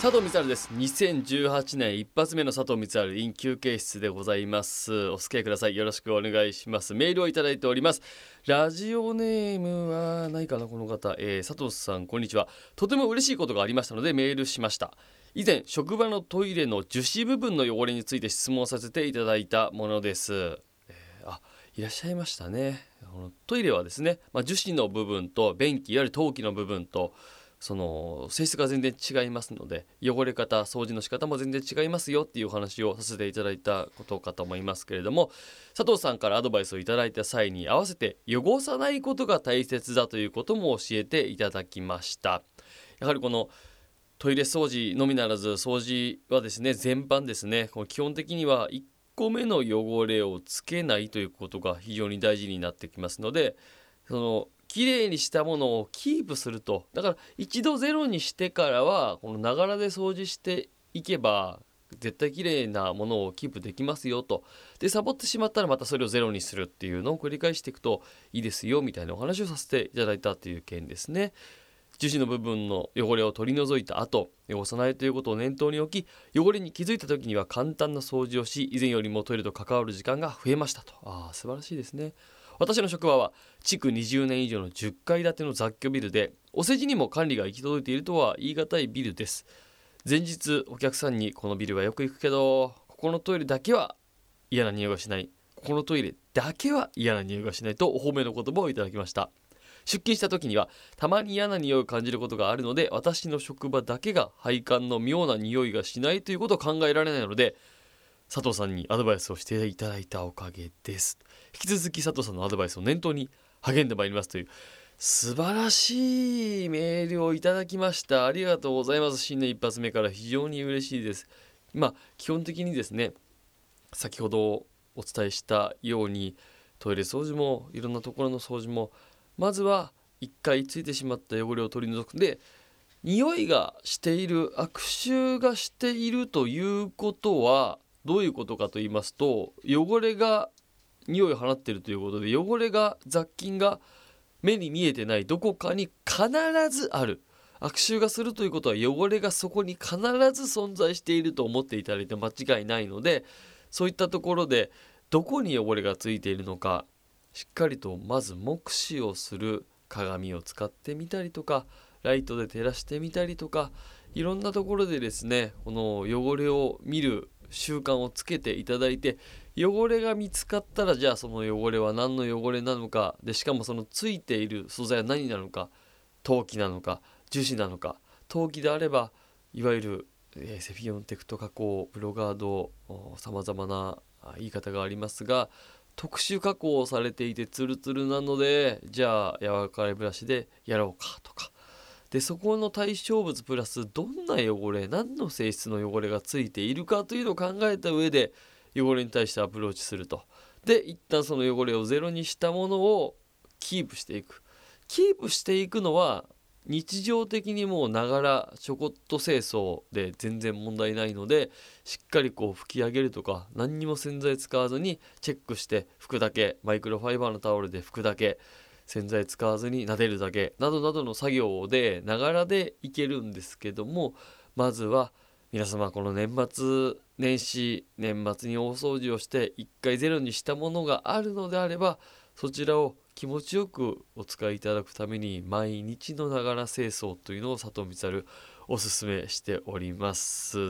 佐藤光晴です。2018年一発目の佐藤光晴 in 休憩室でございます。お付き合いください。よろしくお願いします。メールをいただいております。ラジオネームはないかな、この方、佐藤さんこんにちは。とても嬉しいことがありましたのでメールしました。以前職場のトイレの樹脂部分の汚れについて質問させていただいたものです。いらっしゃいましたね。トイレはですね、樹脂の部分と便器いわゆる陶器の部分とその性質が全然違いますので、汚れ方掃除の仕方も全然違いますよっていうお話をさせていただいたことかと思いますけれども、佐藤さんからアドバイスをいただいた際に合わせて汚さないことが大切だということも教えていただきました。やはりこのトイレ掃除のみならず掃除はですね、全般ですね、この基本的には1個目の汚れをつけないということが非常に大事になってきますので、そのきれいにしたものをキープすると。だから一度ゼロにしてからはこのながらで掃除していけば絶対きれいなものをキープできますよと。でサボってしまったらまたそれをゼロにするっていうのを繰り返していくといいですよみたいなお話をさせていただいたという件ですね。樹脂の部分の汚れを取り除いた後、汚さないということを念頭に置き、汚れに気づいた時には簡単な掃除をし、以前よりもトイレと関わる時間が増えましたと。素晴らしいですね。私の職場は築20年以上の10階建ての雑居ビルで、お世辞にも管理が行き届いているとは言い難いビルです。前日お客さんにこのビルはよく行くけどここのトイレだけは嫌な匂いがしない、ここのトイレだけは嫌な匂いがしないとお褒めの言葉をいただきました。出勤した時にはたまに嫌な匂いを感じることがあるので、私の職場だけが配管の妙な匂いがしないということを考えられないので、佐藤さんにアドバイスをしていただいたおかげです。引き続き佐藤さんのアドバイスを念頭に励んでまいりますという素晴らしいメールをいただきました。ありがとうございます。新年一発目から非常に嬉しいです。基本的にですね、先ほどお伝えしたようにトイレ掃除もいろんなところの掃除もまずは一回ついてしまった汚れを取り除く。で、匂いがしている、悪臭がしているということはどういうことかと言いますと、汚れが匂いを放っているということで、汚れが雑菌が目に見えてないどこかに必ずある。悪臭がするということは汚れがそこに必ず存在していると思っていただいて間違いないので、そういったところでどこに汚れがついているのかしっかりとまず目視をする。鏡を使ってみたりとかライトで照らしてみたりとか、いろんなところでですね、この汚れを見る習慣をつけていただいて、汚れが見つかったらじゃあその汚れは何の汚れなのかで、しかもそのついている素材は何なのか、陶器なのか樹脂なのか。陶器であればいわゆる、セフィオンテクト加工プロガード、さまざまな言い方がありますが、特殊加工されていてツルツルなので、じゃあ柔らかいブラシでやろうかとかで、そこの対象物プラスどんな汚れ、何の性質の汚れがついているかというのを考えた上で汚れに対してアプローチすると。で一旦その汚れをゼロにしたものをキープしていく。キープしていくのは日常的にもうながらちょこっと清掃で全然問題ないので、しっかりこう拭き上げるとか、何にも洗剤使わずにチェックして拭くだけ、マイクロファイバーのタオルで拭くだけ、洗剤使わずに撫でるだけなどなどの作業でながらでいけるんですけども、まずは皆様この年末年始年末に大掃除をして1回ゼロにしたものがあるのであれば、そちらを気持ちよくお使いいただくために毎日のながら清掃というのを佐藤光晴おすすめしております。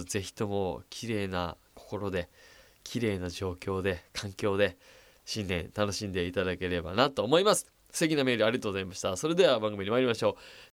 ぜひとも綺麗な心で綺麗な状況で環境で新年楽しんでいただければなと思います。素敵なメールありがとうございました。それでは番組に参りましょう。